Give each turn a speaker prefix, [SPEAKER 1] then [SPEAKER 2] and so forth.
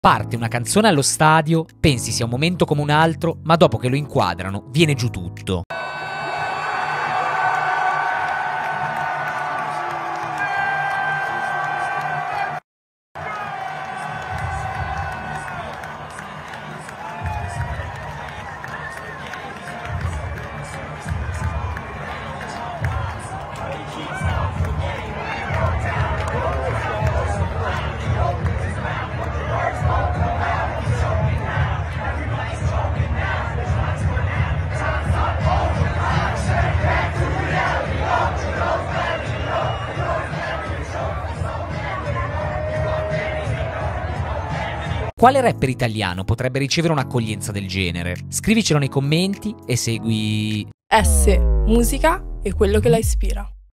[SPEAKER 1] Parte una canzone allo stadio, pensi sia un momento come un altro, ma dopo che lo inquadrano viene giù tutto. Quale rapper italiano potrebbe ricevere un'accoglienza del genere? Scrivicelo nei commenti e segui
[SPEAKER 2] S, musica e quello che la ispira.